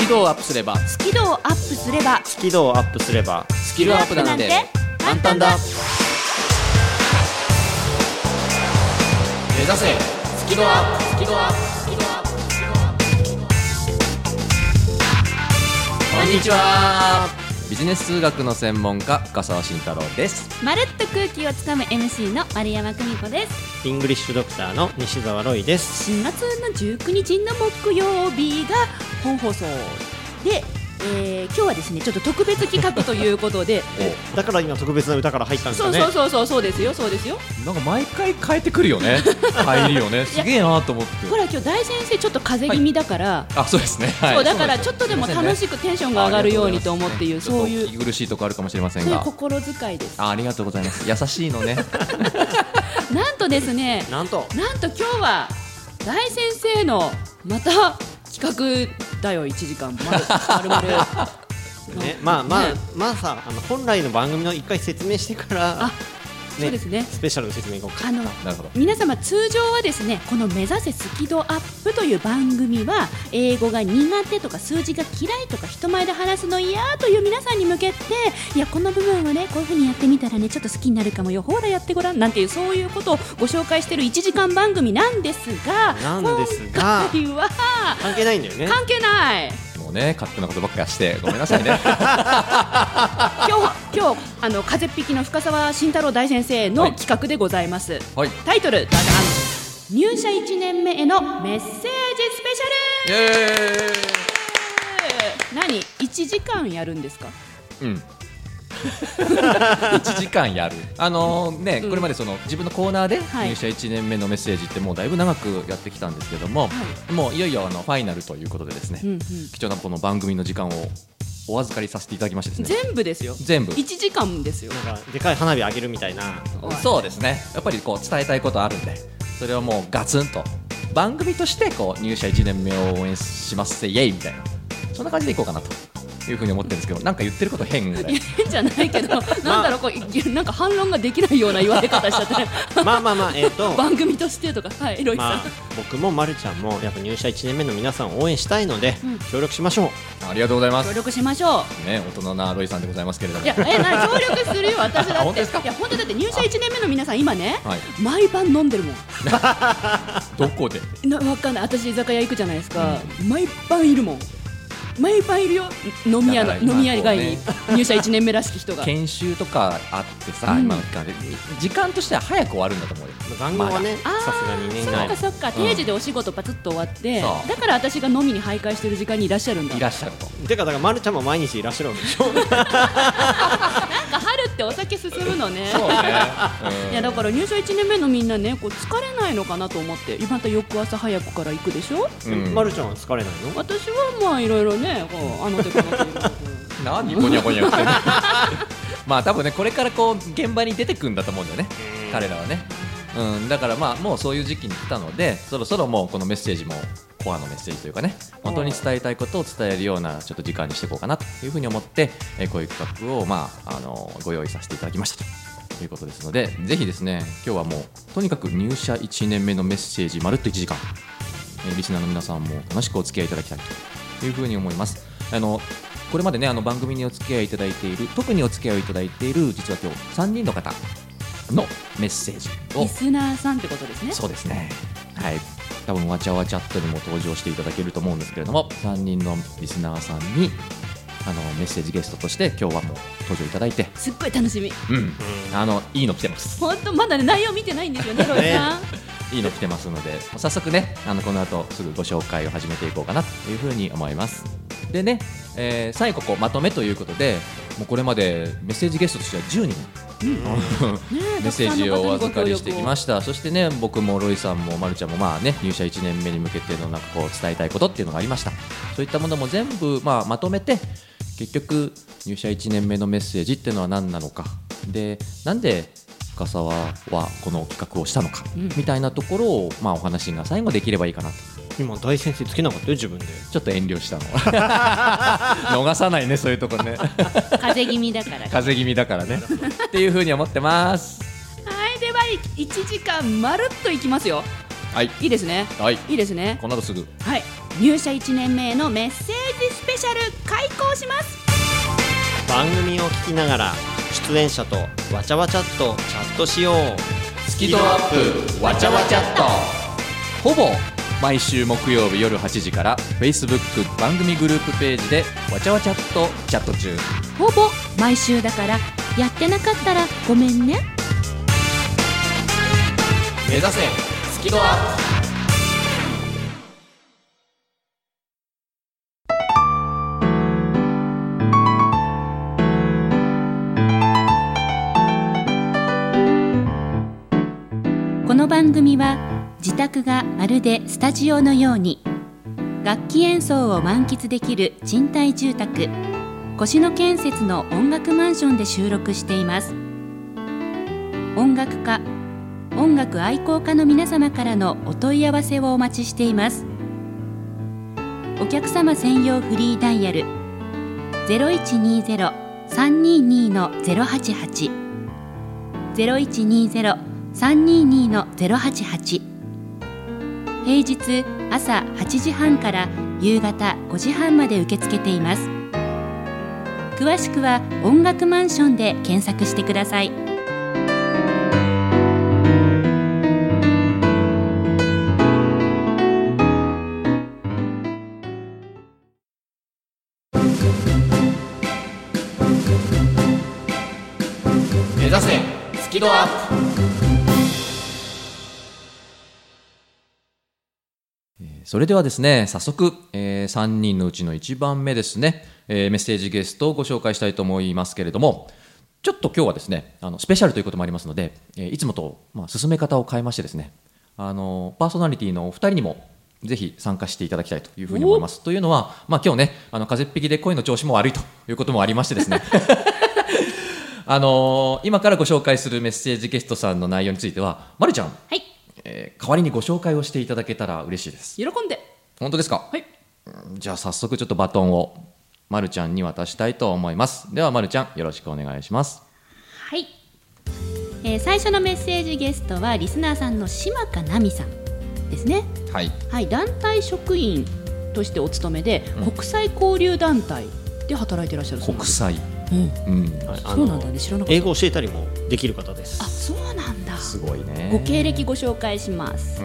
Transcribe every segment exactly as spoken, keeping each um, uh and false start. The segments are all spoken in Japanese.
キ度をアップすればスキルをアップすればスキルをアップすればスキルアップなんて簡単だ。目指せスキルアップスキルアップスキルアップスキルアップ。こんにちは。ビジネス数学の専門家深澤慎太郎です。 まるっと空気をつかむ エムシー の丸山久美子です。 イングリッシュドクターの西澤ロイです。 しがつのじゅうくにちの木曜日が本放送で、えー、今日はですねちょっと特別企画ということでだから今特別な歌から入ったんですかね。 そうそうそうそうですよそうですよ。 なんか毎回変えてくるよね入りよね。すげえなと思って。 ほら今日大先生ちょっと風邪気味だから、 はい、あそうですね、はい、 そうだからちょっとでも楽しくテンションが上がるようにと思っていう、そういう息苦しいとこあるかもしれませんが、 そういう心遣いです。 あ, ありがとうございます。優しいのねなんとですねなんとなんと今日は大先生のまた企画だよ。いちじかんまるまるね、まあまあ、 ね、 まあさあの本来の番組の一回説明してからあ、ね、そうですね、 スペシャルの説明いこうか。 あのなるほど。 皆様通常はですねこの目指せスキドアップという番組は英語が苦手とか数字が嫌いとか人前で話すの嫌という皆さんに向けて、いやこの部分はねこういう風にやってみたらねちょっと好きになるかもよ、ほらやってごらんなんていうそういうことをご紹介しているいちじかん番組なんですが、 なんですが今回は関係ないんだよね。 関係ないもうね勝手なことばっかりしてごめんなさいね今日今日あの風邪っぴきの深澤慎太郎大先生の企画でございます、 はい、 タイトルダダン、入社いちねんめへのメッセージスペシャル。 イエーイ。 何いちじかんやるんですか。 うんいちじかんやる。あのーね、うん、これまでその自分のコーナーで入社いちねんめのメッセージってもうだいぶ長くやってきたんですけども、はい、もういよいよあのファイナルということでですね、うんうん、貴重なこの番組の時間をお預かりさせていただきましてですね、 全部ですよ。 全部いちじかんですよ。 なんかでかい花火あげるみたいな。 そうですね、やっぱりこう伝えたいことあるんで、それをもうガツンと番組としてこう入社いちねんめを応援しますせイエイみたいな、そんな感じでいこうかなというふうに思ってるんですけど、なんか言ってること変ぐらい。 いや変じゃないけどなんだろう、こうなんか反論ができないような言われ方しちゃってまあまあまあ、えーと番組としてとか、はい、ロイさん、 まあ、僕もまるちゃんもやっぱ入社いちねんめの皆さんを応援したいので、うん、協力しましょう。 ありがとうございます。 協力しましょうね、大人なロイさんでございますけれども、 いやえな協力するよ私だって。 本当ですか。 いや本当だって入社いちねんめの皆さん今ね、 はい、 毎晩飲んでるもんどこでなわかんない。私居酒屋行くじゃないですか、うん、毎晩いるもん。毎晩いるよ、飲み屋の、飲み屋以外に入社いちねんめらしき人が研修とかあってさ、うん、今の期間で時間としては早く終わるんだと思うよ。 残業はね、さすがにね。 そっかそっか、定時でお仕事パツッと終わって、うん、だから私が飲みに徘徊してる時間にいらっしゃるんだ。 いらっしゃると。 てかだからまるちゃんも毎日いらっしゃるわけでしょなんか春ってお酒進むのね。 そうね、 うん、いやだから入社いちねんめのみんなねこう疲れないのかなと思って、また翌朝早くから行くでしょ、 うん、まるちゃんは疲れないの。 私はまあいろいろねこうあの手この手何ゴニャゴニャ言ってるまあ多分ねこれからこう現場に出てくんだと思うんだよね彼らはね、うん、だからまあもうそういう時期に来たので、そろそろもうこのメッセージもコアのメッセージというかね、本当に伝えたいことを伝えるようなちょっと時間にしていこうかなというふうに思って、えー、こういう企画をまああのご用意させていただきましたということですので、ぜひですね今日はもうとにかく入社いちねんめのメッセージまるっといちじかん、えー、リスナーの皆さんも楽しくお付き合いいただきたいというふうに思います。あのこれまでねあの番組にお付き合いいただいている、特にお付き合いいただいている実は今日さんにんの方のメッセージを、 リスナーさんってことですね。 そうですね、はい、多分わちゃわちゃっとにも登場していただけると思うんですけれども、さんにんのリスナーさんにあのメッセージゲストとして今日はもう登場いただいて、 すっごい楽しみ。 うん、あのいいの来てます。 本当まだ、ね、内容見てないんですよねロイさんいいの来てますので、早速ねあのこの後すぐご紹介を始めていこうかなというふうに思います。でね、えー、最後こうまとめということで、もうこれまでメッセージゲストとしてはじゅうにん、うん、メッセージをお預かりしてきました。そしてね僕もロイさんもまるちゃんもまあね入社いちねんめに向けてのなんかこう伝えたいことっていうのがありました。そういったものも全部まあまとめて、結局入社いちねんめのメッセージっていうのは何なのかで、なんで深澤はこの企画をしたのか、うん、みたいなところをまあお話が最後できればいいかなと。 今大先生つけなかったよ自分で。 ちょっと遠慮したの逃さないねそういうとこね風邪気味だから風邪気味だからねっていう風に思ってます。 はい、ではいちじかんまるっといきますよ。 はい、 いいですね、 はい、 いいですね。 この後すぐ、 はい、入社いちねんめへのメッセージスペシャル開講します。 番組を聞きながら出演者とわちゃわちゃっとチャットしよう。 スキドアップわちゃわちゃっと、ほぼ毎週木曜日夜はちじから Facebook 番組グループページでわちゃわちゃっとチャット中。 ほぼ毎週だからやってなかったらごめんね。 目指せスキドアップ。 この番組は自宅がまるでスタジオのように楽器演奏を満喫できる賃貸住宅越野建設の音楽マンションで収録しています。音楽家、音楽愛好家の皆様からのお問い合わせをお待ちしています。お客様専用フリーダイヤル ゼロいちにゼロ さんにーにー の ゼロはちはち ゼロいちにゼロ さんにーにー の ゼロはちはち。平日朝はちじはんから夕方ごじはんまで受け付けています。詳しくは音楽マンションで検索してください。 目指せスキドアップ。それではですね、早速、えー、さんにんのうちのいちばんめですね、えー、メッセージゲストをご紹介したいと思いますけれども、ちょっと今日はですね、あのスペシャルということもありますので、えー、いつもと、まあ、進め方を変えましてですね、あのパーソナリティのお二人にもぜひ参加していただきたいというふうに思います。というのは、まあ、今日ね、あの風邪っ引きで声の調子も悪いということもありましてですねあのー、今からご紹介するメッセージゲストさんの内容については、まるちゃん、 はい、 えー、代わりにご紹介をしていただけたら嬉しいです。 喜んで。 本当ですか。 はい、 じゃあ早速ちょっとバトンをまるちゃんに渡したいと思います。ではまるちゃん、よろしくお願いします。 はい、えー、最初のメッセージゲストはリスナーさんの島香奈美さんですね。 はい、 はい、団体職員としてお勤めで、うん、国際交流団体で働いていらっしゃるそうなんです。 国際、 うんうんはい、 そうなんだね、知らなかった。 英語を教えたりもできる方です。 あ、そうなんだ。 すごいね。 ご経歴ご紹介します、うん、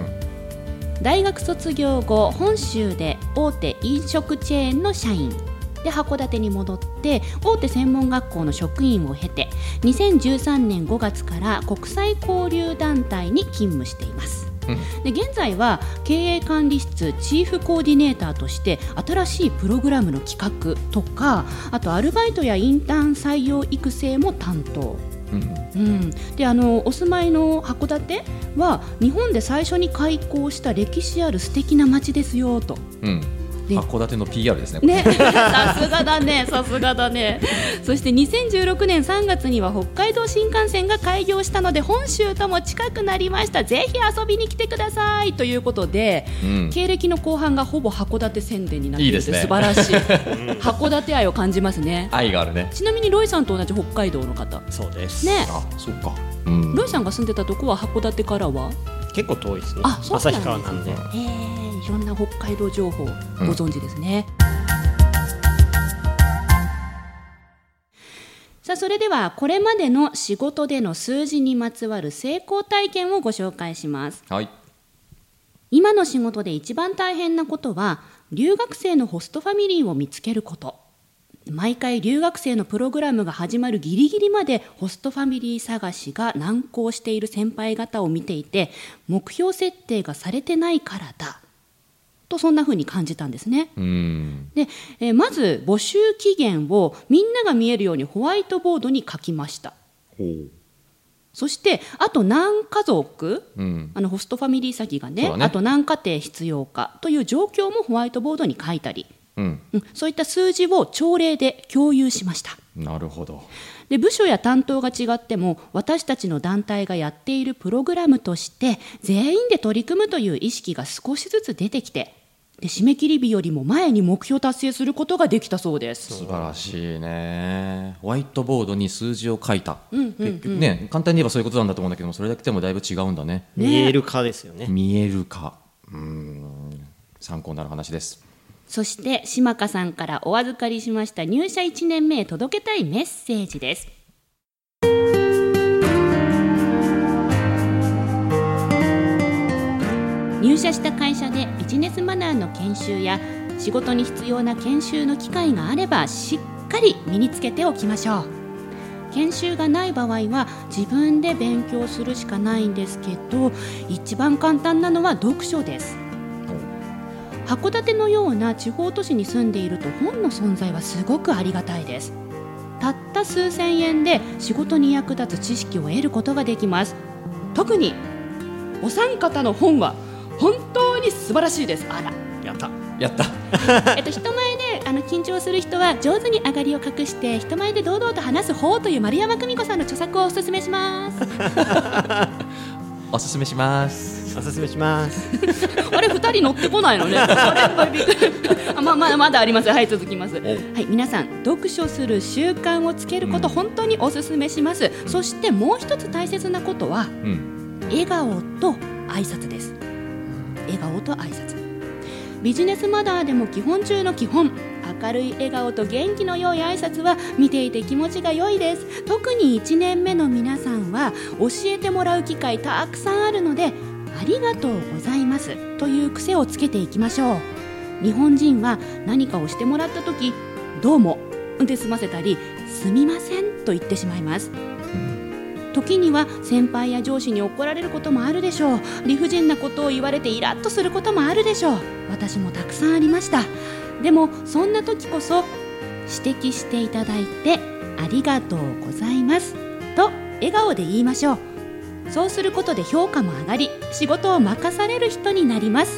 大学卒業後本州で大手飲食チェーンの社員で函館に戻って大手専門学校の職員を経てにせんじゅうさんねんごがつから国際交流団体に勤務しています。で現在は経営管理室チーフコーディネーターとして新しいプログラムの企画とか、あとアルバイトやインターン採用育成も担当、うんうん、であのお住まいの函館は日本で最初に開港した歴史ある素敵な街ですよと、うん、 函館の ピーアール ですね。 ねさすがだね、さすがだね。そしてにせんじゅうろくねんさんがつには北海道新幹線が開業したので本州とも近くなりました。ぜひ遊びに来てくださいということで、うん、経歴の後半がほぼ函館宣伝になっている。いいですね、素晴らしい函館愛を感じますね。 愛があるね。 ちなみにロイさんと同じ北海道の方。 そうですね。 あ、そうか、うん、 ロイさんが住んでたとこは函館からは結構遠いですね。 あ、そうなんですね。 旭川なんで、 へー、いろんな北海道情報ご存知ですね、うん、さあそれではこれまでの仕事での数字にまつわる成功体験をご紹介します。 はい、 今の仕事で一番大変なことは留学生のホストファミリーを見つけること。毎回留学生のプログラムが始まるギリギリまでホストファミリー探しが難航している先輩方を見ていて、目標設定がされてないからだと、そんな風に感じたんですね。 うんで、えー、まず募集期限をみんなが見えるようにホワイトボードに書きました。 ほう。 そしてあと何家族、 うん、 あのホストファミリー先が ね, ねあと何家庭必要かという状況もホワイトボードに書いたり、 うんうん、そういった数字を朝礼で共有しました。 なるほど。 で部署や担当が違っても私たちの団体がやっているプログラムとして全員で取り組むという意識が少しずつ出てきて、 で締め切り日よりも前に目標達成することができたそうです。 素晴らしいね。ホワイトボードに数字を書いた、 うんうんうん、 結局ね、簡単に言えばそういうことなんだと思うんだけども、それだけでもだいぶ違うんだね。 見える化ですよね。 見える化、うーん、参考になる話です。 そして島香さんからお預かりしました入社いちねんめへ届けたいメッセージです。入社した会社でビジネスマナーの研修や仕事に必要な研修の機会があればしっかり身につけておきましょう。研修がない場合は自分で勉強するしかないんですけど、一番簡単なのは読書です。函館のような地方都市に住んでいると本の存在はすごくありがたいです。たった数千円で仕事に役立つ知識を得ることができます。特にお三方の本は本当に素晴らしいです。あら、 やったやったえっと、人前であの緊張する人は上手に上がりを隠して人前で堂々と話す方という丸山久美子さんの著作をおすすめしますおすすめしますおすすめしますあれふたり乗ってこないのねあれあ、まままだあります。はい、続きます。はい、皆さん読書する習慣をつけること、うん、本当におすすめします。そしてもう一つ大切なことは、うん、笑顔と挨拶です。笑顔と挨拶、ビジネスマナーでも基本中の基本、明るい笑顔と元気の良い挨拶は見ていて気持ちが良いです。特にいちねんめの皆さんは教えてもらう機会たくさんあるので、ありがとうございますという癖をつけていきましょう。日本人は何かをしてもらった時、どうもで済ませたり、すみませんと言ってしまいます。時には先輩や上司に怒られることもあるでしょう。理不尽なことを言われてイラッとすることもあるでしょう。私もたくさんありました。でもそんな時こそ指摘していただいてありがとうございますと笑顔で言いましょう。そうすることで評価も上がり、仕事を任される人になります。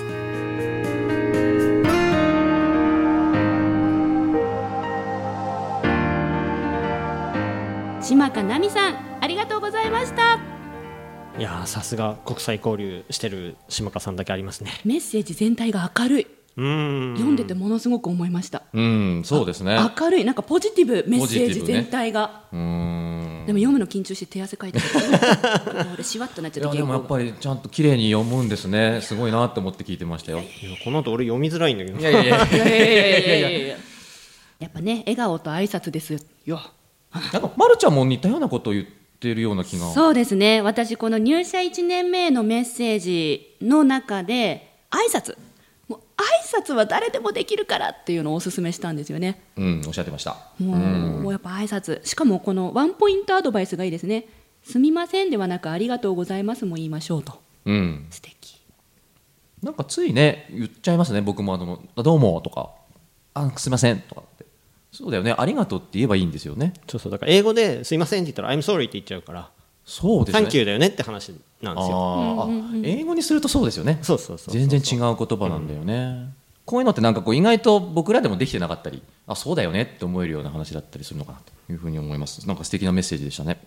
島香奈美さん、ありがとうございました。 いやー、さすが国際交流してる島香さんだけありますね。 メッセージ全体が明るい。 うーん、 読んでてものすごく思いました。 うん、そうですね。 明るい、なんかポジティブメッセージ全体が、ね、うーん、でも読むの緊張して手汗かいてる俺シワッとなっちゃった。 いやでもやっぱりちゃんと綺麗に読むんですね。すごいなって思って聞いてましたよ。いやいや、この後俺読みづらいんだけど。 いやいやいやいやいやいやいややっぱね、笑顔と挨拶ですよ。 なんかまるちゃんも似たようなことを言ってるような気が。 そうですね。私この入社いちねんめのメッセージの中で挨拶、もう挨拶は誰でもできるからっていうのをお勧めしたんですよね。 うん、おっしゃってました。 もう、うん、もうやっぱ挨拶、しかもこのワンポイントアドバイスがいいですね。すみませんではなくありがとうございますも言いましょうと、うん、素敵。 なんかついね言っちゃいますね。僕もあのどうもとか、あすみませんとかって。そうだよね、ありがとうって言えばいいんですよね。 そうそう、だから英語ですいませんって言ったら I'm sorry って言っちゃうから、 そうですね、 サンキューだよねって話なんですよ。 あ、うんうんうん、英語にするとそうですよね。 そうそうそうそう、 全然違う言葉なんだよね、うん、こういうのってなんかこう意外と僕らでもできてなかったり、あそうだよねって思えるような話だったりするのかなというふうに思います。なんか素敵なメッセージでしたね。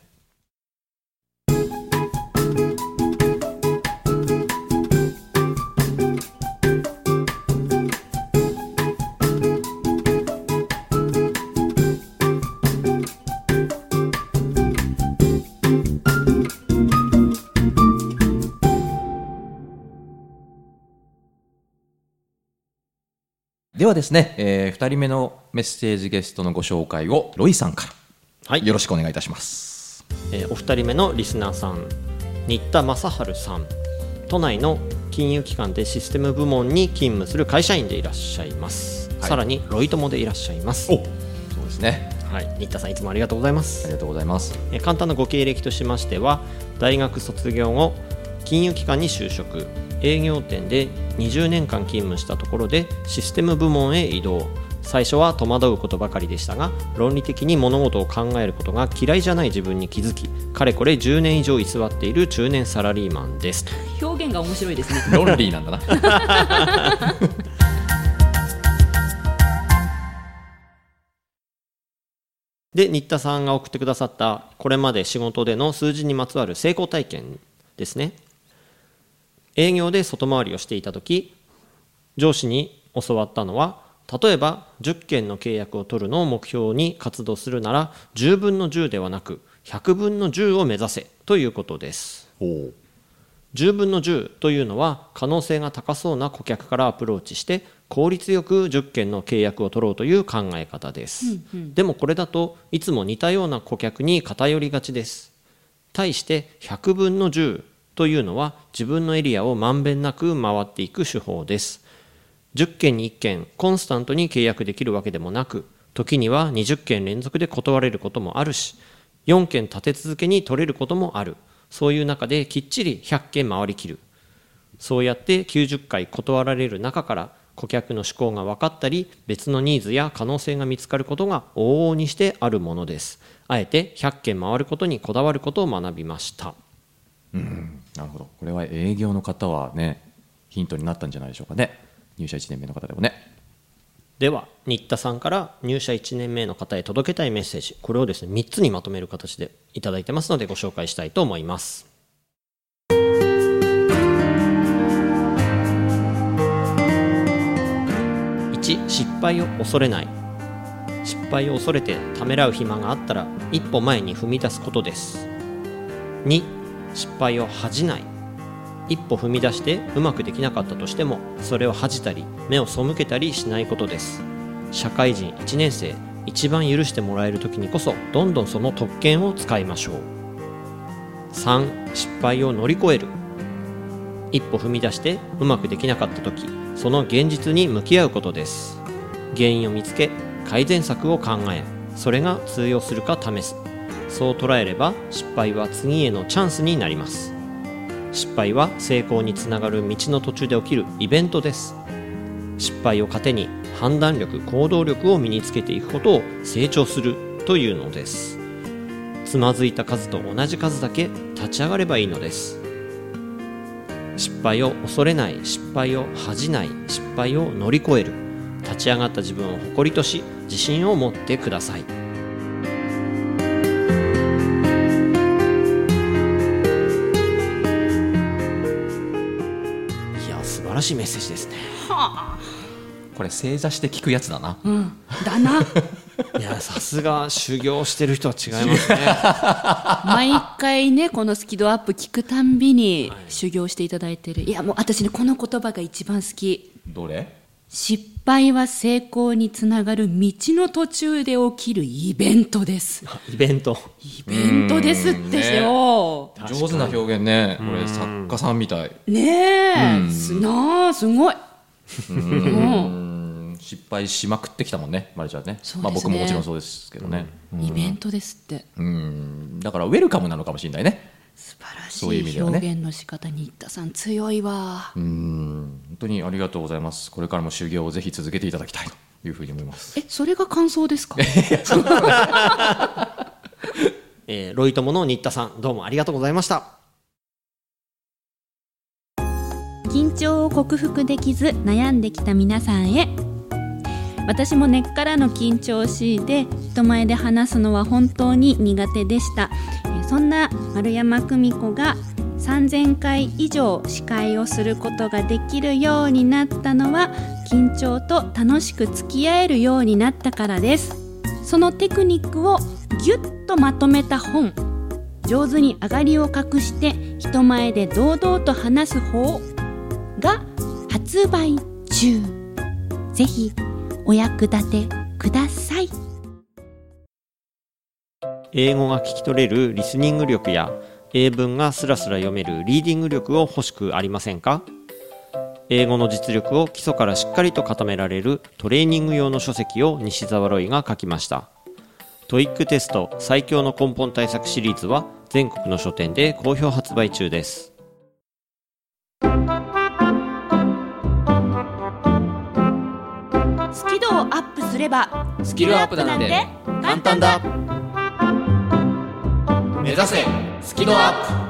ではですね、えー、ふたりめのメッセージゲストのご紹介をロイさんから、はい、よろしくお願いいたします。 えー、お二人目のリスナーさん、新田正治さん、都内の金融機関でシステム部門に勤務する会社員でいらっしゃいます、はい、さらにロイ友でいらっしゃいます。 お、そうですね、 はい、新田さんいつもありがとうございます。 ありがとうございます。 えー、簡単なご経歴としましては、大学卒業後金融機関に就職、営業店でにじゅうねんかん勤務したところでシステム部門へ移動。最初は戸惑うことばかりでしたが、論理的に物事を考えることが嫌いじゃない自分に気づき、かれこれじゅうねん以上居座っている中年サラリーマンです。 表現が面白いですね。 ロンリーなんだな。 で、新田さんが送ってくださったこれまで仕事での数字にまつわる成功体験ですね。営業で外回りをしていたとき、上司に教わったのは、例えばじゅっけんの契約を取るのを目標に活動するならじゅうぶんのじゅうではなくひゃくぶんのじゅうを目指せということです。じゅうぶんのじゅうというのは可能性が高そうな顧客からアプローチして効率よくじゅっけんの契約を取ろうという考え方です、うんうん、でもこれだといつも似たような顧客に偏りがちです。対してひゃくぶんのじゅうというのは自分のエリアをまんべんなく回っていく手法です。じゅっけんにいっけんコンスタントに契約できるわけでもなく、時にはにじゅっけん連続で断れることもあるし、よんけん立て続けに取れることもある。そういう中できっちりひゃっけん回りきる。そうやってきゅうじゅっかい断られる中から顧客の思考が分かったり、別のニーズや可能性が見つかることが往々にしてあるものです。あえてひゃっけん回ることにこだわることを学びました。 うん、なるほど。これは営業の方はね、ヒントになったんじゃないでしょうかね。入社いちねんめの方でもね。 では新田さんから入社いちねんめの方へ届けたいメッセージ、これをですねみっつにまとめる形でいただいてますのでご紹介したいと思います。いち、失敗を恐れない。失敗を恐れてためらう暇があったら一歩前に踏み出すことです。に、失敗を恥じない。一歩踏み出してうまくできなかったとしてもそれを恥じたり目を背けたりしないことです。社会人いちねん生、一番許してもらえる時にこそどんどんその特権を使いましょう。さん、失敗を乗り越える。一歩踏み出してうまくできなかった時、その現実に向き合うことです。原因を見つけ改善策を考え、それが通用するか試す。そう捉えれば失敗は次へのチャンスになります。失敗は成功につながる道の途中で起きるイベントです。失敗を糧に判断力、行動力を身につけていくことを成長するというのです。つまずいた数と同じ数だけ立ち上がればいいのです。失敗を恐れない、失敗を恥じない、失敗を乗り越える。立ち上がった自分を誇りとし、自信を持ってください。素晴らしいメッセージですね。 はあ、 これ正座して聞くやつだな。 うん、だな。 いや、さすが修行してる人は違いますね。 毎回ね、このスキドアップ聞くたんびに修行していただいてる。いや、もう私ね、この言葉が一番好き。 どれ？ 失敗は成功につながる道の途中で起きるイベントです。 イベント。 イベントですってよ、 ね、上手な表現ね。これ作家さんみたい。 ねえ、すなあ、すごい。 うん、失敗しまくってきたもんね、まるちゃんね。まあ、僕ももちろんそうですけどね。 うん、イベントですって。 うん、だからウェルカムなのかもしれないね。 素晴らしい表現の仕方、新田さん強いわ。 うん、本当にありがとうございます。これからも修行をぜひ続けていただきたいというふうに思います。 え、それが感想ですか？ えー、ロイ友の新田さん、どうもありがとうございました。 緊張を克服できず悩んできた皆さんへ。私も根っからの緊張しいで人前で話すのは本当に苦手でした。そんな丸山久美子がさんぜんかい以上司会をすることができるようになったのは、緊張と楽しく付き合えるようになったからです。そのテクニックをぎゅっとまとめた本、上手に上がりを隠して人前で堂々と話す方が発売中。ぜひお役立てください。 英語が聞き取れるリスニング力や英文がスラスラ読めるリーディング力を欲しくありませんか？英語の実力を基礎からしっかりと固められるトレーニング用の書籍を西澤ロイが書きました。トイックテスト最強の根本対策シリーズは全国の書店で好評発売中です。 スキルをアップすればスキルアップなんて簡単だ。目指せスキルアップ。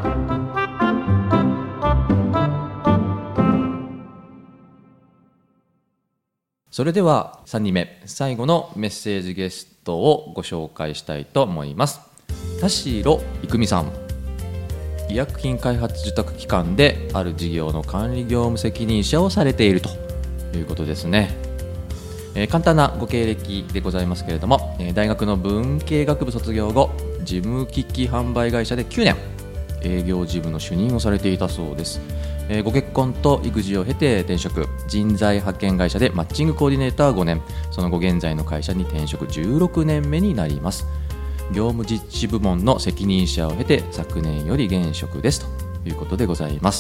それではさんにんめ、最後のメッセージゲストをご紹介したいと思います。田代郁美さん、医薬品開発受託機関である事業の管理業務責任者をされているということですね。えー、簡単なご経歴でございますけれども、えー、大学の文系学部卒業後、事務機器販売会社できゅうねん営業事務の主任をされていたそうです。えー、ご結婚と育児を経て転職、人材派遣会社でマッチングコーディネーターごねん、その後現在の会社に転職じゅうろくねんめになります。業務実施部門の責任者を経て昨年より現職ですということでございます。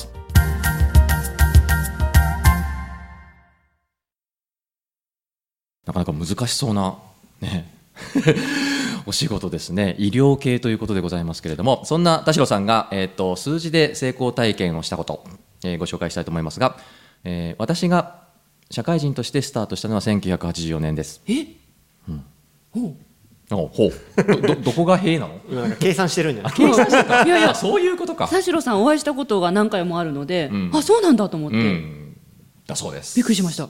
なかなか難しそうな、ね、お仕事ですね。医療系ということでございますけれども、そんな田代さんが、えー、と数字で成功体験をしたこと、えー、ご紹介したいと思いますが、えー、私が社会人としてスタートしたのはせんきゅうひゃくはちじゅうよねんです。 え、 うん、 ほうおほう ど, どこがへいなの？ なんか計算してるんじゃない？ 計算してた。 いやいや、 そういうことか。 田代さんお会いしたことが何回もあるので、 うん、 あ、そうなんだと思って、 うん、だそうです。 びっくりしました。 うん、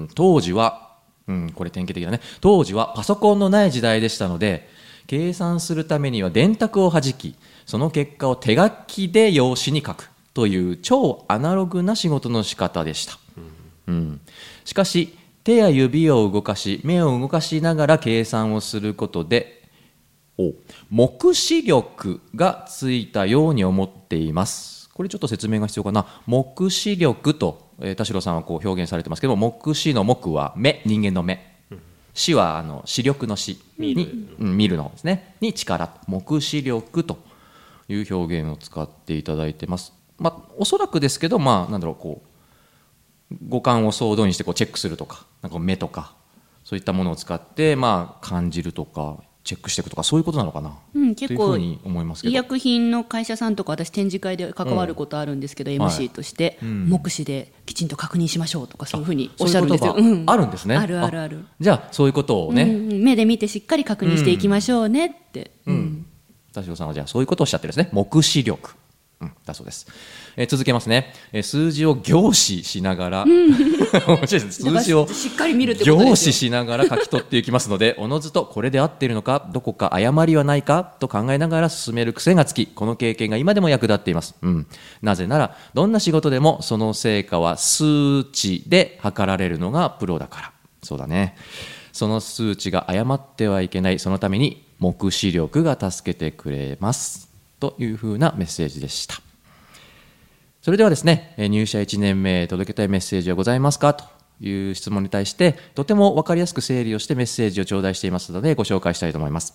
当時は、うん、これ典型的だね。当時はパソコンのない時代でしたので、計算するためには電卓を弾き、その結果を手書きで用紙に書くという超アナログな仕事の仕方でした。うんうん、しかし手や指を動かし目を動かしながら計算をすることでお目視力がついたように思っています。これちょっと説明が必要かな。目視力と、えー、田代さんはこう表現されてますけど、目視の目は目、人間の目、視はあの視力の視に見る、うん、見るのですねに力、目視力という表現を使っていただいてます。まあ、おそらくですけど、まあ、なんだろう、こう五感を総動員してこうチェックするとか、なんか目とかそういったものを使って、まあ、感じるとかチェックしていくとか、そういうことなのかな、 うん、結構というふうに思いますけど、 医薬品の会社さんとか私展示会で関わることあるんですけど、うん、エムシー として、はい、うん、目視できちんと確認しましょうとかそういうふうにおっしゃるんですよ。 そういうことがあるんですね、 うん、あるあるある。 じゃあそういうことをね、 うん、目で見てしっかり確認していきましょうねって、 うんうん、田代さんはじゃあそういうことをおっしゃってるんですね。目視力、うん、だそうです。えー、続けますね。えー、数字を凝視しながら、うん、面白いです。数字をしっかり見るってことですよ。 凝視しながら書き取っていきますので、おのずとこれで合っているのか、どこか誤りはないかと考えながら進める癖がつき、この経験が今でも役立っています。うん、なぜならどんな仕事でもその成果は数値で測られるのがプロだから。そうだね。その数値が誤ってはいけない。そのために目視力が助けてくれますというふうなメッセージでした。それではですね、入社いちねんめへ届けたいメッセージはございますかという質問に対して、とても分かりやすく整理をしてメッセージを頂戴していますのでご紹介したいと思います。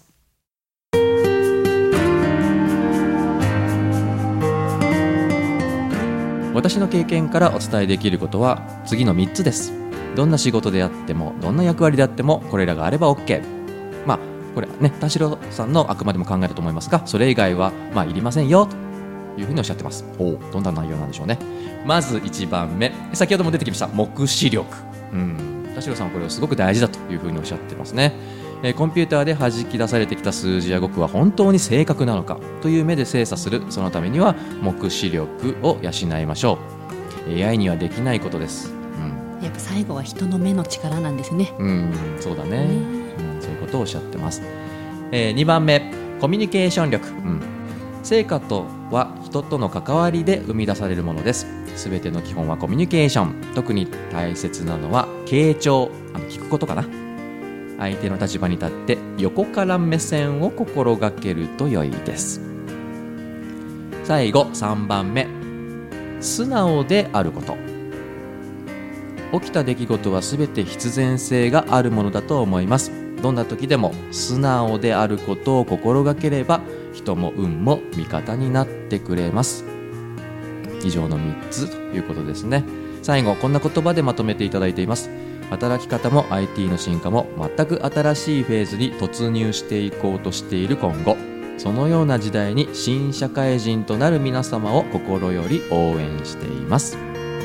私の経験からお伝えできることは次のみっつです。どんな仕事であってもどんな役割であってもこれらがあれば OK。 まあこれはね、田代さんのあくまでも考えだと思いますが、それ以外はまあいりませんよというふうにおっしゃってます。おお、どんな内容なんでしょうね。まずいちばんめ、先ほども出てきました目視力、うん、田代さんはこれをすごく大事だというふうにおっしゃってますね。えー、コンピューターで弾き出されてきた数字や語句は本当に正確なのかという目で精査する。そのためには目視力を養いましょう。 エーアイ にはできないことです。うん、 やっぱ最後は人の目の力なんですね。 うん、そうだね、うん、そういうことをおっしゃってます。えー、にばんめ、コミュニケーション力、うん、成果とは人との関わりで生み出されるものです。すべての基本はコミュニケーション。特に大切なのは傾聴、あの聞くことかな。相手の立場に立って横から目線を心がけると良いです。最後さんばんめ、素直であること。起きた出来事はすべて必然性があるものだと思います。どんな時でも素直であることを心がければ人も運も味方になってくれます。以上のみっつということですね。最後こんな言葉でまとめていただいています。働き方も アイティー の進化も全く新しいフェーズに突入していこうとしている今後、そのような時代に新社会人となる皆様を心より応援しています。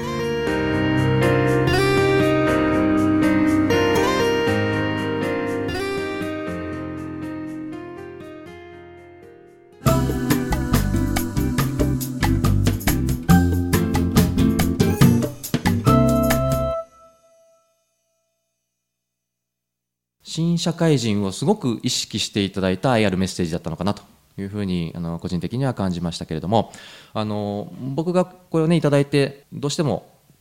新社会人をすごく意識していただいた愛あるメッセージだったのかなというふうにあの個人的には感じましたけれども、あの僕がこれをねいただいてどうしても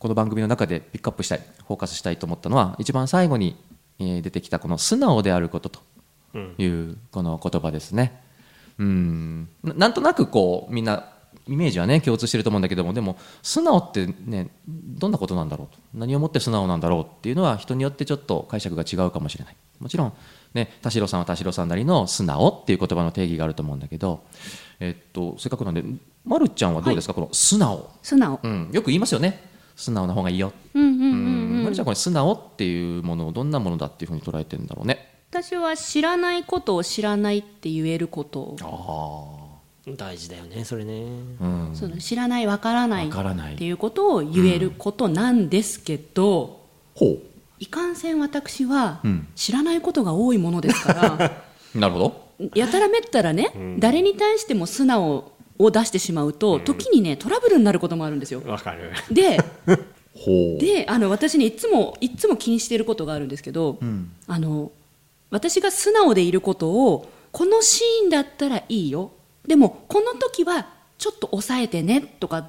この番組の中でピックアップしたい、フォーカスしたいと思ったのは、一番最後に、えー出てきたこの素直であることというこの言葉ですね。うんななんとなくこうみんなイメージはね共通してると思うんだけども、でも素直ってねどんなことなんだろうと、何をもって素直なんだろうっていうのは人によってちょっと解釈が違うかもしれない。もちろんね、田代さんは田代さんなりの素直っていう言葉の定義があると思うんだけど、えっとせっかくなんでまるちゃんはどうですか、はい、この素直、 素直、 うん、よく言いますよね、素直な方がいいよ。 うんうんうんうん、 まるちゃんこれ素直っていうものをどんなものだっていうふうに捉えてるんだろうね。 私は知らないことを知らないって言えること、 あ大事だよねそれね、 うん、その知らないわからないからないっていうことを言えることなんですけど、 うん、ほういかんせん私は知らないことが多いものですから、 うん、なるほど。 やたらめったらね、うん、誰に対しても素直を出してしまうと、うん、時にねトラブルになることもあるんですよ。 わかる。 でほうであの私ねいつもいつも気にしていることがあるんですけど、うん、あの私が素直でいることを、このシーンだったらいいよ、でもこの時はちょっと抑えてねとかって、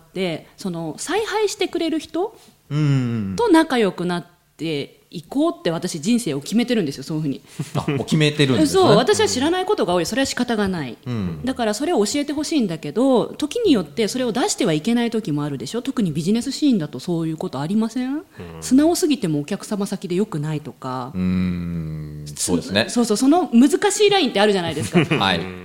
その采配してくれる人と仲良くなっていこうって私人生を決めてるんですよ。そういうふうにあもう決めてるんですね。 そう私は知らないことが多い、それは仕方がない、うん、だからそれを教えてほしいんだけど、時によってそれを出してはいけない時もあるでしょ。特にビジネスシーンだとそういうことありません、うん、素直すぎてもお客様先でよくないとか、うーんそうですね。 そうそう、その難しいラインってあるじゃないですかはい、うん、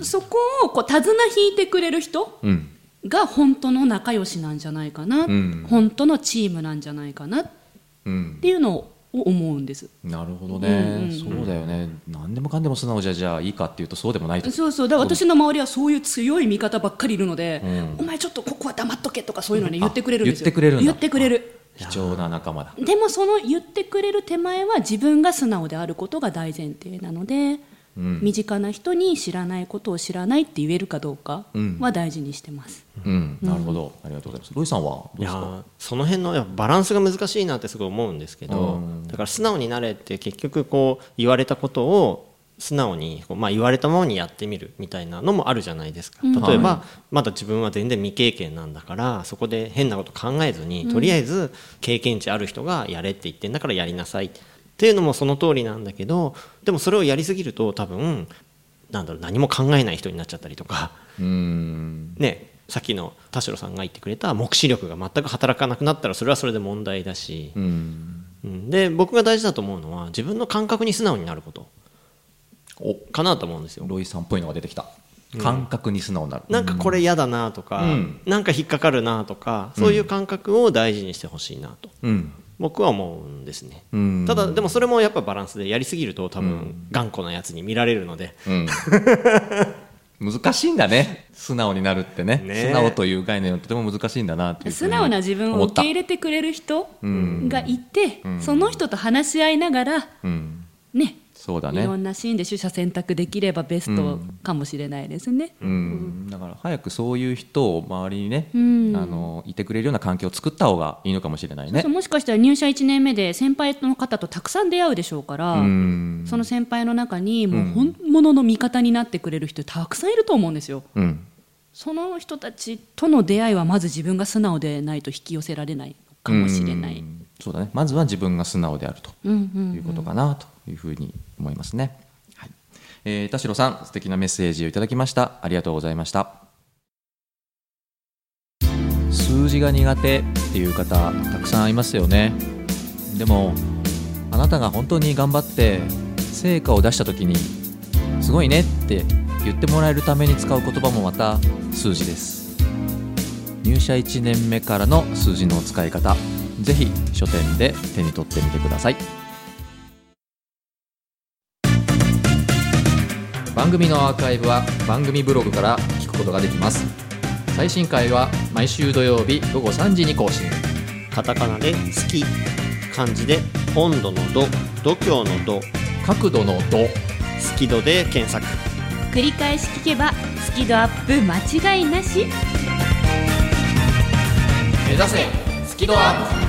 そこをこう手綱引いてくれる人が本当の仲良しなんじゃないかな、うん、本当のチームなんじゃないかなっていうのを思うんです。 なるほどね、うんうん、そうだよね。何でもかんでも素直じゃじゃあいいかっていうとそうでもないと。 そうそう、だから私の周りはそういう強い味方ばっかりいるので、うん、お前ちょっとここは黙っとけとかそういうのね言ってくれるんですよ。 言ってくれるんだ。 言ってくれる。 貴重な仲間だ。 でもその言ってくれる手前は自分が素直であることが大前提なので、うん、身近な人に知らないことを知らないって言えるかどうかは大事にしてます、 うんうん、なるほど、ありがとうございます。ロイさんはどうですか。 いやその辺のやっぱバランスが難しいなってすごい思うんですけど、だから素直になれって結局こう言われたことを素直にこう、まあ、言われたままにやってみるみたいなのもあるじゃないですか。例えば、はい、まだ自分は全然未経験なんだからそこで変なこと考えずに、とりあえず経験値ある人がやれって言ってんだからやりなさいっていうのもその通りなんだけど、でもそれをやりすぎると多分なんだろう何も考えない人になっちゃったりとか、うーん、ね、さっきの田代さんが言ってくれた目視力が全く働かなくなったらそれはそれで問題だし、うんで僕が大事だと思うのは自分の感覚に素直になることかなと思うんですよ。 ロイさんっぽいのが出てきた。感覚に素直になる、 うん、なんかこれ嫌だなとか、うん、なんか引っかかるなとか、そういう感覚を大事にしてほしいなと、うん僕は思うんですね。ただでもそれもやっぱバランスでやりすぎると多分頑固なやつに見られるので、 うん、難しいんだね素直になるって ね, ね素直という概念はとても難しいんだなっていうふうに素直な自分を受け入れてくれる人がいて、うん、その人と話し合いながら、うん、ねそうだね、 いろんなシーンで取捨選択できればベストかもしれないですね、 うんうん、だから早くそういう人を周りにね、うん、あのいてくれるような環境を作った方がいいのかもしれないね。 そうそう、もしかしたら入社いちねんめで先輩の方とたくさん出会うでしょうから、うん、その先輩の中にもう本物の味方になってくれる人たくさんいると思うんですよ、うん、その人たちとの出会いはまず自分が素直でないと引き寄せられないかもしれない、うん、 そうだね、まずは自分が素直であるということかなというふうに思いますね。はい、えー、田代さん素敵なメッセージをいただきました。ありがとうございました。数字が苦手っていう方たくさんいますよね。でもあなたが本当に頑張って成果を出した時にすごいねって言ってもらえるために使う言葉もまた数字です。入社いちねんめからの数字の使い方、ぜひ書店で手に取ってみてください。番組のアーカイブは番組ブログから聞くことができます。最新回は毎週土曜日ごごさんじに更新。 カタカナで好き、漢字で温度の度、度胸の度、 角度の度、 スキドで検索。 繰り返し聞けばスキドアップ間違いなし。 目指せスキドアップ。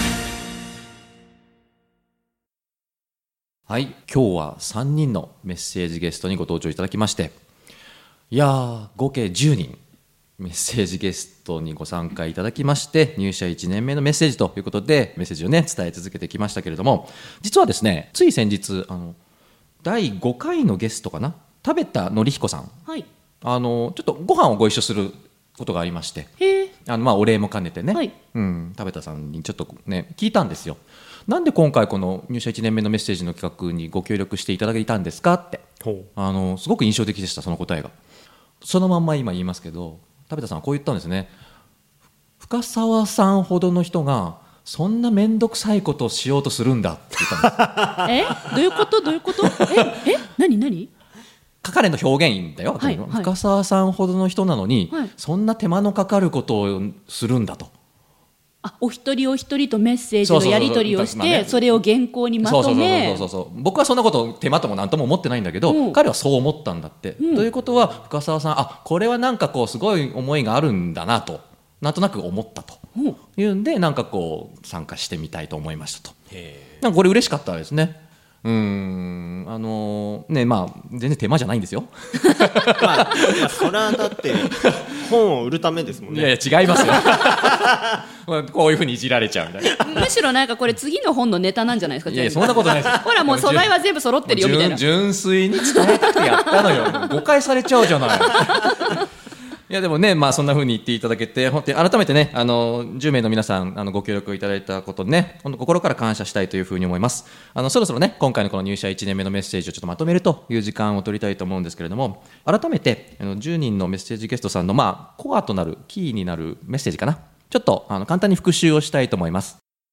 はい、今日はさんにんのメッセージゲストにご登場いただきまして、いやー合計じゅうにんメッセージゲストにご参加いただきまして、入社いちねんめのメッセージということでメッセージをね伝え続けてきましたけれども、実はですね、つい先日あのだいごかいのゲストかな、食べたのりひこさん、 はい、 あのちょっとご飯をご一緒することがありまして、 へー、 あのまあお礼も兼ねてね、 はい、 うん、食べたさんにちょっとね聞いたんですよ。なんで今回この入社いちねんめのメッセージの企画にご協力していただいたんですかって、あのすごく印象的でした。その答えがそのまんま今言いますけど、食べたさんはこう言ったんですね。深澤さんほどの人がそんな面倒くさいことをしようとするんだって言ったんですえ、どういうことどういうことえ、え、何何彼の表現だよ、 はいはい、 深澤さんほどの人なのに、 はい、 そんな手間のかかることをするんだと。 あ、お一人お一人とメッセージのやり取りをして、それを原稿にまとめ、 僕はそんなこと手間とも何とも思ってないんだけど、うん、彼はそう思ったんだって、うん、ということは深澤さん、あ、これはなんかこうすごい思いがあるんだなとなんとなく思ったというんで、なんかこう参加してみたいと思いましたと。なんかこれ嬉しかったですね。うーん、あのー、ね、まあ全然手間じゃないんですよまあ、いやそれはだって本を売るためですもんね。 いやいや違いますよこういうふうにいじられちゃうみたいな。 むしろなんかこれ次の本のネタなんじゃないですか。 いやいやそんなことないですほらもう素材は全部揃ってるよみたいな。 純粋に伝えたくてやったのよ誤解されちゃうじゃないいやでもね、まあ、そんな風に言っていただけて本当に改めてね、あのじゅうめいの皆さんあのご協力いただいたことにね、本当心から感謝したいという風に思います。あのそろそろね、今回のこの入社いちねんめのメッセージをちょっとまとめるという時間を取りたいと思うんですけれども、改めてあのじゅうにんのメッセージゲストさんの、まあ、コアとなるキーになるメッセージかな、ちょっとあの簡単に復習をしたいと思います。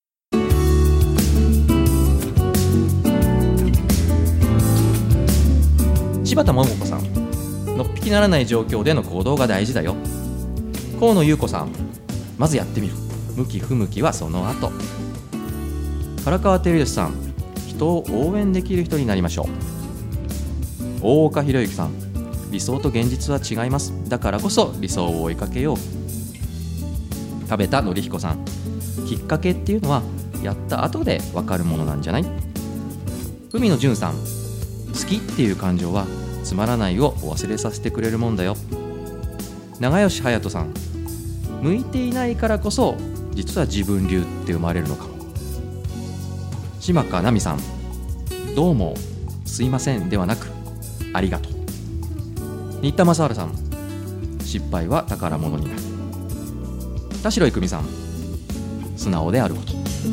柴田桃子さん、のっぴきならない状況での行動が大事だよ。河野優子さん、まずやってみる、向き不向きはその後。唐川照義さん、人を応援できる人になりましょう。大岡博之さん、理想と現実は違います、だからこそ理想を追いかけよう。食べたのりひこさん、きっかけっていうのはやった後で分かるものなんじゃない。海野純さん、好きっていう感情はつまらないを忘れさせてくれるもんだよ。長吉隼人さん、向いていないからこそ実は自分流って生まれるのかも。島香奈美さん、どうもすいませんではなくありがとう。新田正治さん、失敗は宝物になる。田代郁美さん、素直であること。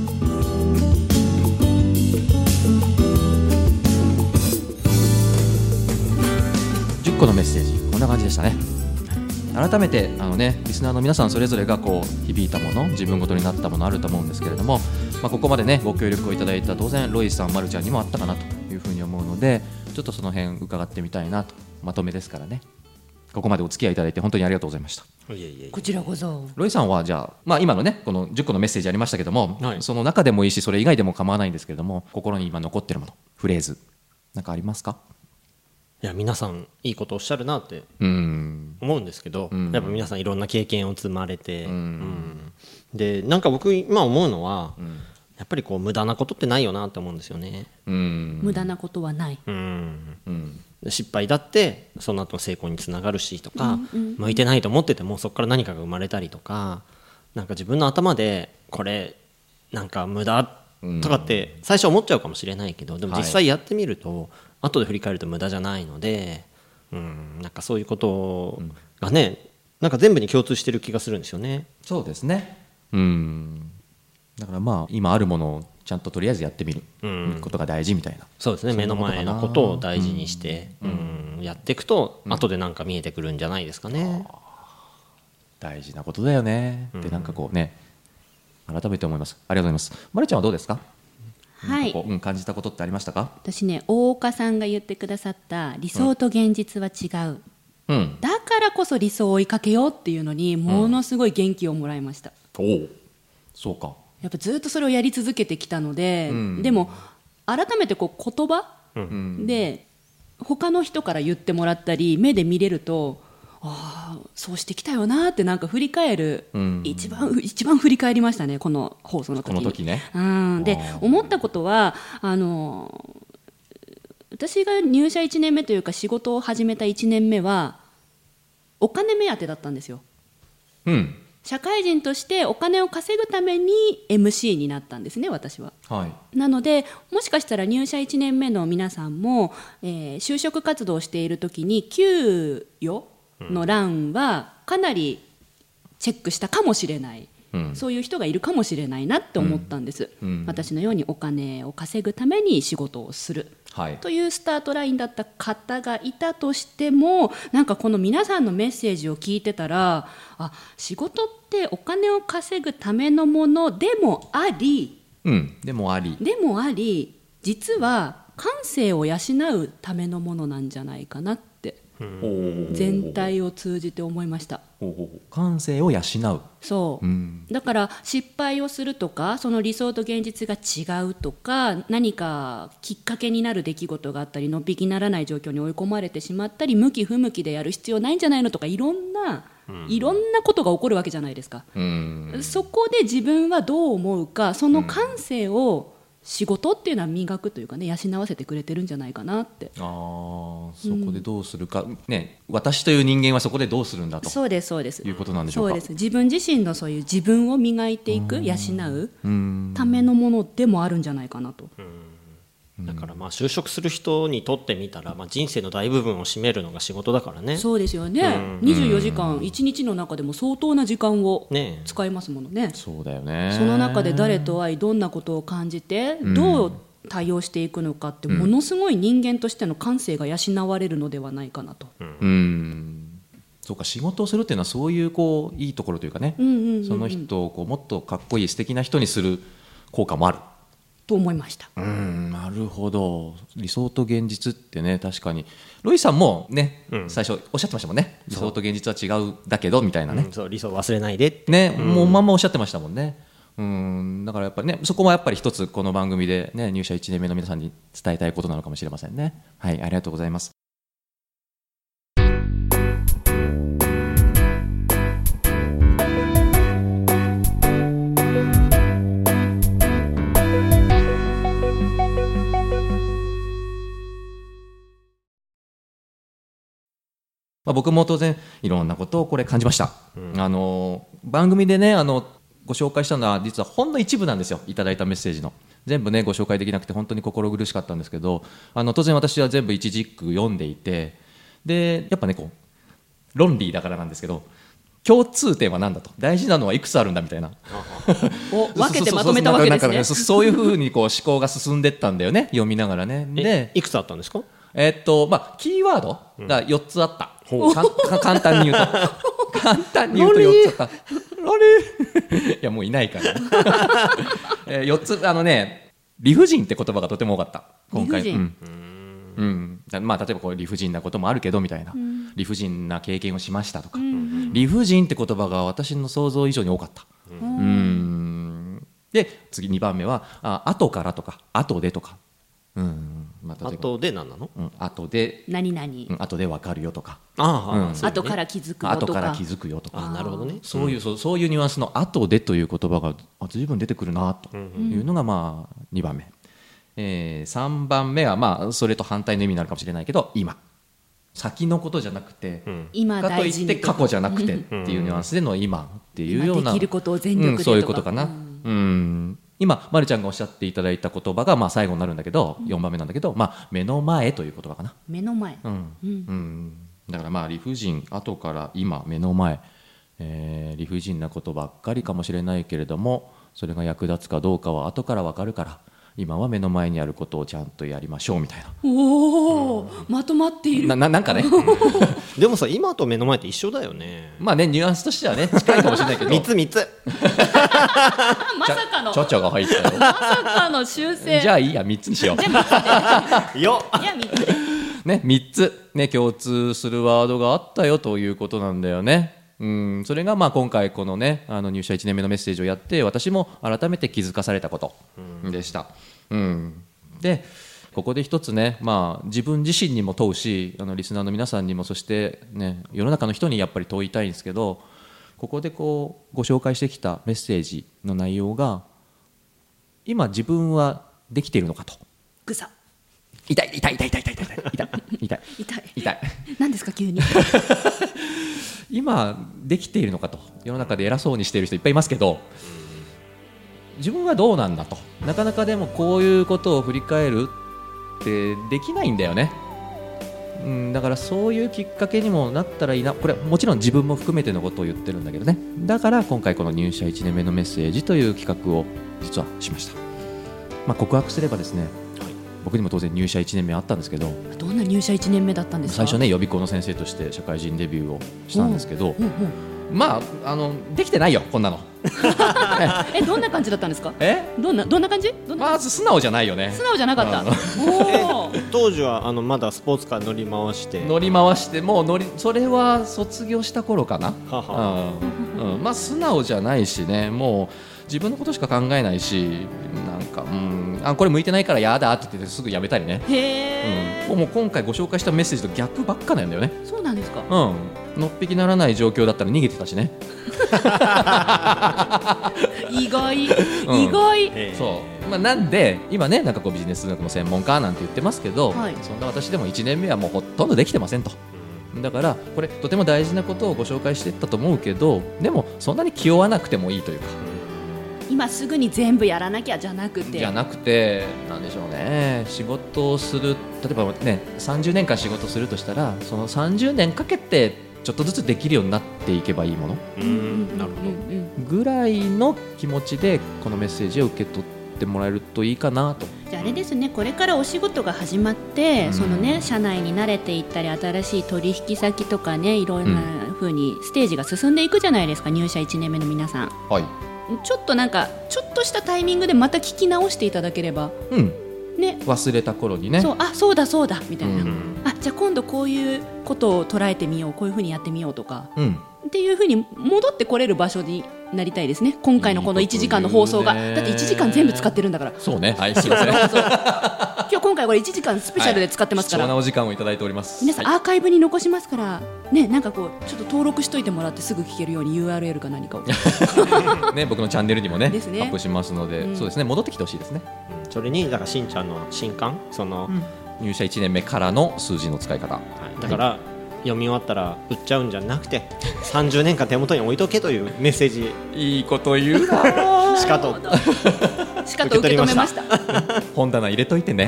じゅっこのメッセージ、こんな感じでしたね。改めてあの、ね、リスナーの皆さんそれぞれがこう響いたもの、自分ごとになったものあると思うんですけれども、まあ、ここまで、ね、ご協力をいただいた当然ロイさん、まるちゃんにもあったかなというふうに思うので、ちょっとその辺伺ってみたいなと。まとめですからね。ここまでお付き合いいただいて本当にありがとうございました。 いえいえ、こちらこそ。 ロイさんはじゃあ、まあ、今のねこのじゅっこのメッセージありましたけども、 はい、 その中でもいいしそれ以外でも構わないんですけれども、心に今残っているもの、フレーズなんかありますか？ いや皆さんいいことおっしゃるなって思うんですけど、 うん、 やっぱ皆さんいろんな経験を積まれて、うんうん、でなんか僕今思うのは、うん、やっぱりこう無駄なことってないよなって思うんですよね。 うん、無駄なことはない、 うんうん、失敗だってその後の成功につながるしとか、うんうん、向いてないと思っててもそこから何かが生まれたりとか、なんか自分の頭でこれなんか無駄とかって最初思っちゃうかもしれないけど、でも実際やってみると、はい、後で振り返ると無駄じゃないので、うん、なんかそういうことがね、なんか全部に共通してる気がするんですよね。 そうですね、うん、だからまあ今あるものをちゃんととりあえずやってみることが大事みたいな、うん、 そうですね、目の前のことを大事にして、うんうん、やっていくと後でなんか見えてくるんじゃないですかね、うん、 大事なことだよねってなんかこうね、改めて思います。ありがとうございます。まるちゃんはどうですか？ はい、 こう、うん、感じたことってありましたか？ 私ね、大岡さんが言ってくださった理想と現実は違う、うん、だからこそ理想を追いかけようっていうのにものすごい元気をもらいました、 うん、おお、そうか。 やっぱずっとそれをやり続けてきたので、うん、でも改めてこう言葉、うん、で他の人から言ってもらったり目で見れると、ああそうしてきたよなってなんか振り返る、うん、一番一番振り返りましたね、この放送の時に。 この時ね、 うん、で思ったことは、あの私が入社いちねんめというか仕事を始めたいちねんめはお金目当てだったんですよ。 うん、 社会人としてお金を稼ぐために エムシー になったんですね、私は。 はい、 なのでもしかしたら入社いちねんめの皆さんも、えー、就職活動をしている時に給与の欄はかなりチェックしたかもしれない、うん、そういう人がいるかもしれないなって思ったんです、うんうん、私のようにお金を稼ぐために仕事をする、はい、というスタートラインだった方がいたとしても、なんかこの皆さんのメッセージを聞いてたら、あ、仕事ってお金を稼ぐためのものでもあり、 うん、でもありでもあり実は感性を養うためのものなんじゃないかなって全体を通じて思いました。 感性を養う、 そう、うん、だから失敗をするとか、その理想と現実が違うとか、何かきっかけになる出来事があったり、のっぴきならない状況に追い込まれてしまったり、向き不向きでやる必要ないんじゃないのとか、いろんな、うん、いろんなことが起こるわけじゃないですか、うん、そこで自分はどう思うか、その感性を仕事っていうのは磨くというかね、養わせてくれてるんじゃないかなって。 あ、そこでどうするか、うん、ね、私という人間はそこでどうするんだと、 そうですそうですいうことなんでしょうか。 そうです、自分自身のそういう自分を磨いていく、養うためのものでもあるんじゃないかなと。 うん、だからまあ就職する人にとってみたら、まあ人生の大部分を占めるのが仕事だからね。 そうですよね、うん、にじゅうよじかんいちにちの中でも相当な時間を使いますもの ね, ねそうだよね。 その中で誰と会い、どんなことを感じて、どう対応していくのかって、ものすごい人間としての感性が養われるのではないかなと。うん、うん、 そうか、仕事をするっていうのはそういうこういいところというかね、うんうんうんうん、その人をこうもっとかっこいい素敵な人にする効果もあると思いました。 うん、なるほど。理想と現実ってね、確かにロイさんもね、うん、最初おっしゃってましたもんね。理想と現実は違うだけどみたいなね、 うん、そう、理想忘れないでってね、うん、もうまんまおっしゃってましたもんね。うん、だからやっぱりね、そこはやっぱり一つこの番組で、ね、入社いちねんめの皆さんに伝えたいことなのかもしれませんね。はい、ありがとうございます。まあ、僕も当然いろんなことをこれ感じました、うん、あの番組でね、あのご紹介したのは実はほんの一部なんですよ。いただいたメッセージの全部ねご紹介できなくて本当に心苦しかったんですけど、あの当然私は全部一字一句読んでいて、でやっぱねこう論理だからなんですけど、共通点は何だと、大事なのはいくつあるんだみたいなお分けてまとめたわけですね。 そういうふうにこう思考が進んでったんだよね、読みながらね。でいくつあったんですか。 えーっとまあ、キーワードがよっつあった、うん、か簡単に言うと簡単に言うとよっつあった。いやもういないから、えー、よっつ、あのね、理不尽って言葉がとても多かった今回。理不尽、うんうん、まあ、例えばこう理不尽なこともあるけどみたいな、うん、理不尽な経験をしましたとか、うん、理不尽って言葉が私の想像以上に多かった、うん、うんで次にばんめはあ後からとか後でとか、うんまあ、 後で何なの、 うん、後で何々、 うん、後で分かるよとか、 ああ、うん、後から気づくよとか、 後から気づくよとか、 あ、なるほどね、 そういう、うん、そう、そういうニュアンスの後でという言葉が随分出てくるなというのがまあにばんめ、えー、さんばんめはまあそれと反対の意味になるかもしれないけど、今先のことじゃなくて、うん、今かといって過去じゃなくてっていうニュアンスでの今っていうような、 できることを全力でとか、 うん、そういうことかな、うんうん、今まるちゃんがおっしゃっていただいた言葉がまあ最後になるんだけど、うん、よんばんめなんだけど、まあ、目の前という言葉かな。 目の前、 うんうんうん、だからまあ理不尽、後から今、目の前、えー、理不尽なことばっかりかもしれないけれども、それが役立つかどうかは後から分かるから、今は目の前にあることをちゃんとやりましょうみたいな。 おお、うん、まとまっている。 な, な, なんかねでもさ、今と目の前って一緒だよね。 まあね、ニュアンスとしてはね近いかもしれないけどみっつみっつまさかのちゃちゃが入ったよ。 まさかの修正。 じゃあいいや、みっつにしよう。 じゃあみっつでよいやみっつでね、みっつ、ね、共通するワードがあったよということなんだよね。うん、それがまあ今回このね、あの入社いちねんめのメッセージをやって、私も改めて気づかされたことでした。うん、でここで一つね、まあ、自分自身にも問うし、あのリスナーの皆さんにも、そして、ね、世の中の人にやっぱり問いたいんですけど、ここでこうご紹介してきたメッセージの内容が今自分はできているのかと。 ぐさ痛い痛い痛い痛い痛い痛い痛い痛い痛い痛い何ですか急に今できているのかと世の中で偉そうにしている人いっぱいいますけど、自分はどうなんだと、なかなかでもこういうことを振り返るってできないんだよね。うん、だからそういうきっかけにもなったらいいな。これもちろん自分も含めてのことを言ってるんだけどね。だから今回この入社いちねんめのメッセージという企画を実はしました。まあ、告白すればですね、はい、僕にも当然入社いちねんめあったんですけど、 どんな入社いちねんめだったんですか？ 最初ね予備校の先生として社会人デビューをしたんですけど、うんうんうん、まああのできてないよこんなのえどんな感じだったんですか？ えどんなどんな感じ？どんなまず素直じゃないよね。 素直じゃなかった。 お当時はあのまだスポーツカー乗り回して乗り回してもう乗りそれは卒業した頃かな。はは、うんうん、まあ素直じゃないしね、もう自分のことしか考えないし、なんか、うん、あこれ向いてないからやだって言ってすぐやめたりね。へー、うん、もう今回ご紹介したメッセージと逆ばっかなんだよね。 そうなんですか？ うん、のっぴきならない状況だったら逃げてたしね意外、うん、意外、 そう、まあ、なんで今ねなんかこうビジネス学の専門家なんて言ってますけど、はい、そんな私でもいちねんめはもうほとんどできてませんと。だからこれとても大事なことをご紹介していったと思うけど、でもそんなに気負わなくてもいいというか、 今すぐに全部やらなきゃじゃなくてじゃなくてなんでしょうね、仕事をする、例えばねさんじゅうねんかん仕事するとしたらそのさんじゅうねんかけてちょっとずつできるようになっていけばいいもの、うん、なるほどぐらいの気持ちでこのメッセージを受け取ってもらえるといいかなと。 じゃああれですね、これからお仕事が始まって、うん、そのね社内に慣れていったり新しい取引先とかねいろいろな風にステージが進んでいくじゃないですか、入社いちねんめの皆さん。はい、ちょっとなんかちょっとしたタイミングでまた聞き直していただければ、うんね、 忘れた頃にね、 そうあそうだそうだみたいな、うん、あじゃあ今度こういうことを捉えてみよう、こういうふうにやってみようとか、うん、っていうふうに戻ってこれる場所になりたいですね。今回のこのいちじかんの放送が、いいだっていちじかん全部使ってるんだから。 そうね、はいすいません今日今回これいちじかんスペシャルで使ってますから、 はい、貴重なお時間をいただいております。 皆さん、はい、アーカイブに残しますからね、なんかこうちょっと登録しといてもらってすぐ聞けるように ユーアールエル か何かをね、僕のチャンネルにも ね, ねアップしますので、うん、そうですね、戻ってきてほしいですね。 それにだからしんちゃんの新刊、その、うん、 入社いちねんめからの数字の使い方、はい、 だから、はい、読み終わったら売っちゃうんじゃなくてさんじゅうねんかん手元に置いとけというメッセージ。 いいこと言うなしかとしかと受け止めました本棚入れといてね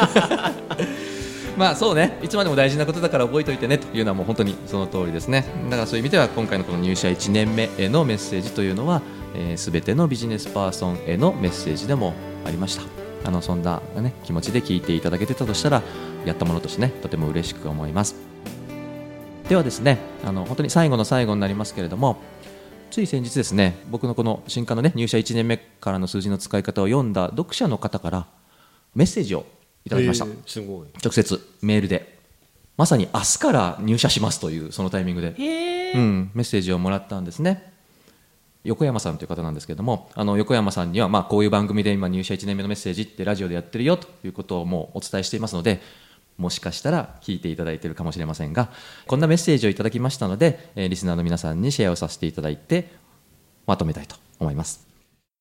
まあそうね、いつまでも大事なことだから覚えておいてねというのはもう本当にその通りですね。だからそういう意味では今回のこの入社いちねんめへのメッセージというのは、えー、全てのビジネスパーソンへのメッセージでもありました。あのそんな、ね、気持ちで聞いていただけてたとしたらやったものとしてねとても嬉しく思います。ではですね、あの本当に最後の最後になりますけれども、つい先日ですね、僕のこの新刊のね入社いちねんめからの数字の使い方を読んだ読者の方からメッセージをいただきました。 すごい。 直接メールで、まさに明日から入社しますというそのタイミングで、うん、メッセージをもらったんですね。横山さんという方なんですけれども、あの横山さんにはまあこういう番組で今入社いちねんめのメッセージってラジオでやってるよということをもうお伝えしていますので、もしかしたら聞いていただいているかもしれませんが、こんなメッセージをいただきましたので、えー、リスナーの皆さんにシェアをさせていただいてまとめたいと思います。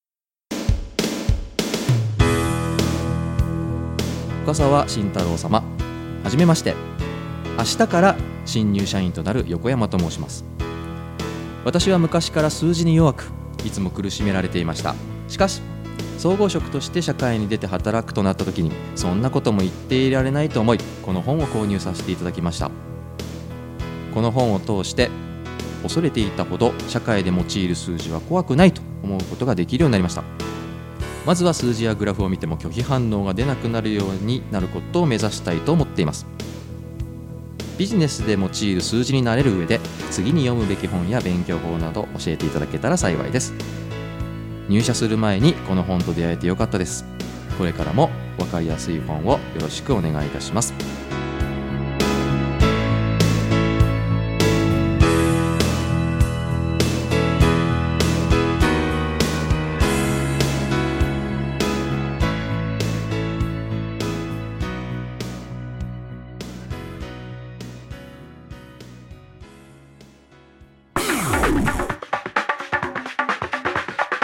深澤慎太郎様、はじめまして。明日から新入社員となる横山と申します。私は昔から数字に弱く、いつも苦しめられていました。しかし総合職として社会に出て働くとなった時に、そんなことも言っていられないと思い、この本を購入させていただきました。この本を通して恐れていたほど社会で用いる数字は怖くないと思うことができるようになりました。まずは数字やグラフを見ても拒否反応が出なくなるようになることを目指したいと思っています。ビジネスで用いる数字になれる上で、次に読むべき本や勉強法など教えていただけたら幸いです。入社する前にこの本と出会えてよかったです。これからも分かりやすい本をよろしくお願いいたします。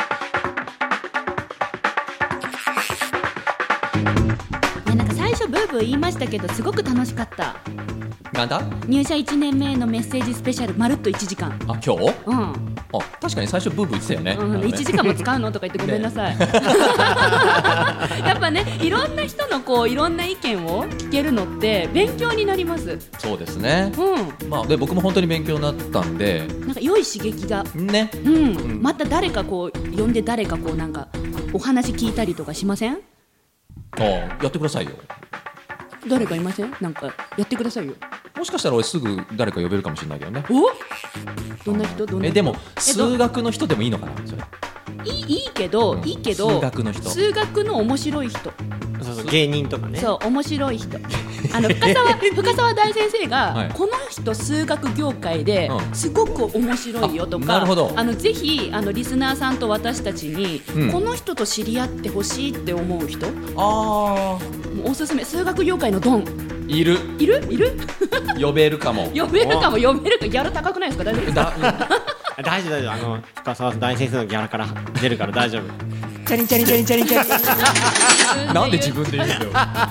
ブーブ言いましたけどすごく楽しかった。 なんだ入社いちねんめのメッセージスペシャルまるっといちじかん。 あ、今日うん、 あ、確かに最初ブーブー言ってたよね、 うん、 ねいちじかんも使うのとか言ってごめんなさい、ね、やっぱね、いろんな人のこういろんな意見を聞けるのって勉強になります。 そうですね、 うん、 まあ、で僕も本当に勉強になったんで、 なんか良い刺激がね、 うん、 うん、 また誰かこう呼んで誰かこうなんかお話聞いたりとかしません？ あ、やってくださいよ。 誰かいません？なんかやってくださいよ。 もしかしたら俺すぐ誰か呼べるかもしれないけどね。 お？どんな人？どんな人？ え、でも数学の人でもいいのかな、それ。 いい、いいけど、 うん、 いいけど数学の人、 数学の面白い人、 そうそう、芸人とかね。 そう面白い人あの深澤深澤大先生が、 はい、 この人数学業界ですごく面白いよとか、 なるほど、 あのぜひあのリスナーさんと私たちに、 うん、 この人と知り合ってほしいって思う人、 あ、もうおすすめ、数学業界のドンいるいるいる呼べるかも呼べるかも呼べるか。ギャラ高くないですか？大丈夫ですか？ 大丈夫大丈夫、あの深澤大先生のギャラから出るから大丈夫。 チャリンチャリンチャリンチャリンチャリンなんで自分で言うんだよ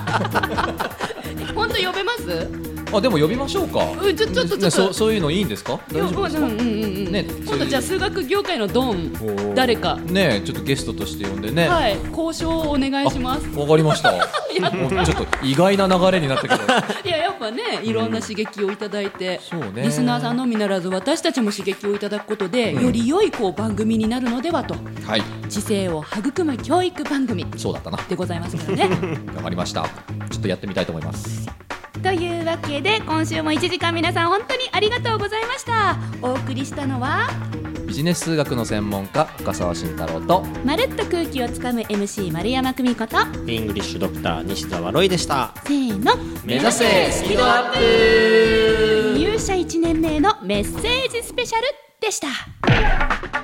本当呼べます？ あ、でも呼びましょうか。 うん、ちょちょっとちょっと、 ね、そ, そういうのいいんですか？大丈夫ですか？ うんうんうんうん、ね、今度じゃあ数学業界のドン誰かね、ちょっとゲストとして呼んでね、 はい、交渉をお願いします。 わかりましたもうちょっと意外な流れになったけどいや、やっぱね、いろんな刺激をいただいて、 うん、そうね、 リスナーさんのみならず私たちも刺激をいただくことで、うん、より良いこう番組になるのではと、はい、知性を育む教育番組そうだったなでございますからねわかりました。ちょっとやってみたいと思います。 というわけで今週もいちじかん皆さん本当にありがとうございました。お送りしたのはビジネス数学の専門家深澤慎太郎と、 まるっと空気をつかむ エムシー 丸山久美子とイングリッシュドクター西澤ロイでした。 せーの、 目指せスキドアップ。 入社いちねんめのメッセージスペシャルでした。